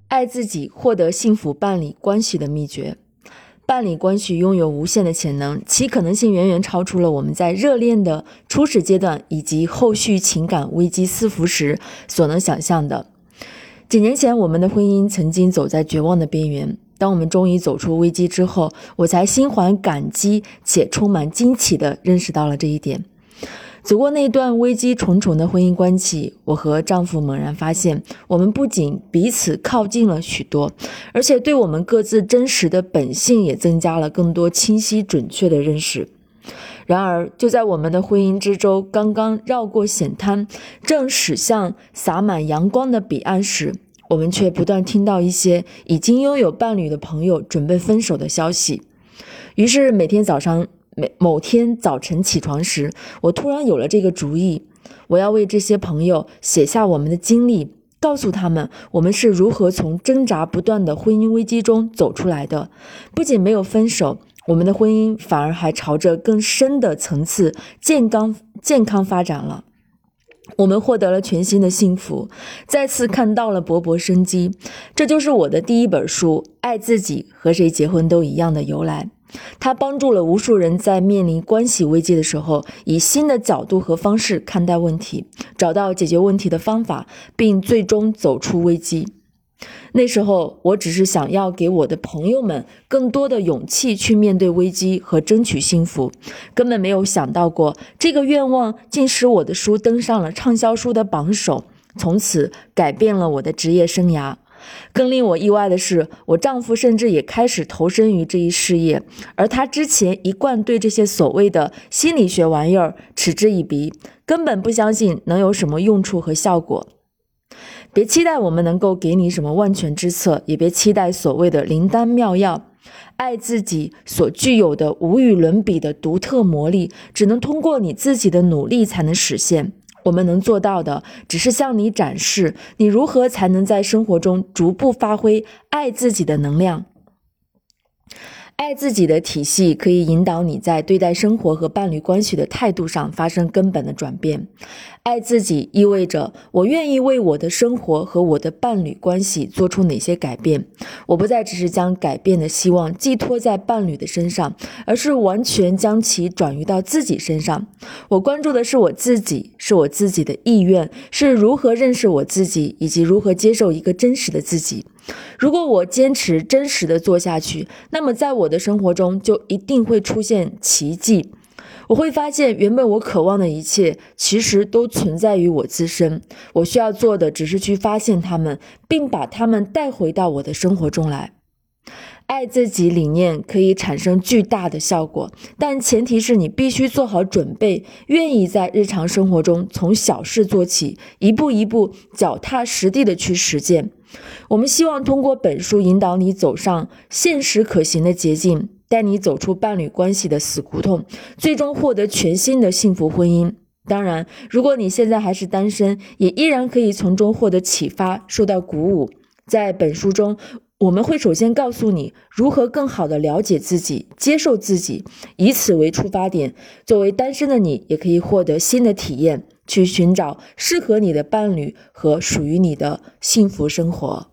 爱自己，获得幸福伴侣关系的秘诀。伴侣关系拥有无限的潜能，其可能性远远超出了我们在热恋的初始阶段以及后续情感危机四伏时所能想象的。几年前，我们的婚姻曾经走在绝望的边缘。当我们终于走出危机之后，我才心怀感激且充满惊奇地认识到了这一点。走过那段危机重重的婚姻关系，我和丈夫猛然发现，我们不仅彼此靠近了许多，而且对我们各自真实的本性也增加了更多清晰准确的认识。然而，就在我们的婚姻之舟刚刚绕过险滩，正驶向洒满阳光的彼岸时，我们却不断听到一些已经拥有伴侣的朋友准备分手的消息。于是某天早晨起床时，我突然有了这个主意，我要为这些朋友写下我们的经历，告诉他们我们是如何从挣扎不断的婚姻危机中走出来的。不仅没有分手，我们的婚姻反而还朝着更深的层次健康发展了。我们获得了全新的幸福，再次看到了勃勃生机。这就是我的第一本书《爱自己，和谁结婚都一样》的由来。它帮助了无数人在面临关系危机的时候，以新的角度和方式看待问题，找到解决问题的方法，并最终走出危机。那时候我只是想要给我的朋友们更多的勇气去面对危机和争取幸福，根本没有想到过这个愿望竟使我的书登上了畅销书的榜首，从此改变了我的职业生涯。更令我意外的是，我丈夫甚至也开始投身于这一事业，而他之前一贯对这些所谓的心理学玩意儿嗤之以鼻，根本不相信能有什么用处和效果。别期待我们能够给你什么万全之策，也别期待所谓的灵丹妙药。爱自己所具有的无与伦比的独特魔力，只能通过你自己的努力才能实现。我们能做到的，只是向你展示你如何才能在生活中逐步发挥爱自己的能量。爱自己的体系可以引导你在对待生活和伴侣关系的态度上发生根本的转变。爱自己意味着我愿意为我的生活和我的伴侣关系做出哪些改变。我不再只是将改变的希望寄托在伴侣的身上，而是完全将其转移到自己身上。我关注的是我自己，是我自己的意愿，是如何认识我自己，以及如何接受一个真实的自己。如果我坚持真实的做下去，那么在我的生活中就一定会出现奇迹。我会发现原本我渴望的一切其实都存在于我自身，我需要做的只是去发现它们，并把它们带回到我的生活中来。爱自己理念可以产生巨大的效果，但前提是你必须做好准备，愿意在日常生活中从小事做起，一步一步脚踏实地的去实践。我们希望通过本书引导你走上现实可行的捷径，带你走出伴侣关系的死胡同，最终获得全新的幸福婚姻。当然，如果你现在还是单身，也依然可以从中获得启发，受到鼓舞。在本书中，我们会首先告诉你如何更好地了解自己，接受自己，以此为出发点，作为单身的你也可以获得新的体验，去寻找适合你的伴侣和属于你的幸福生活。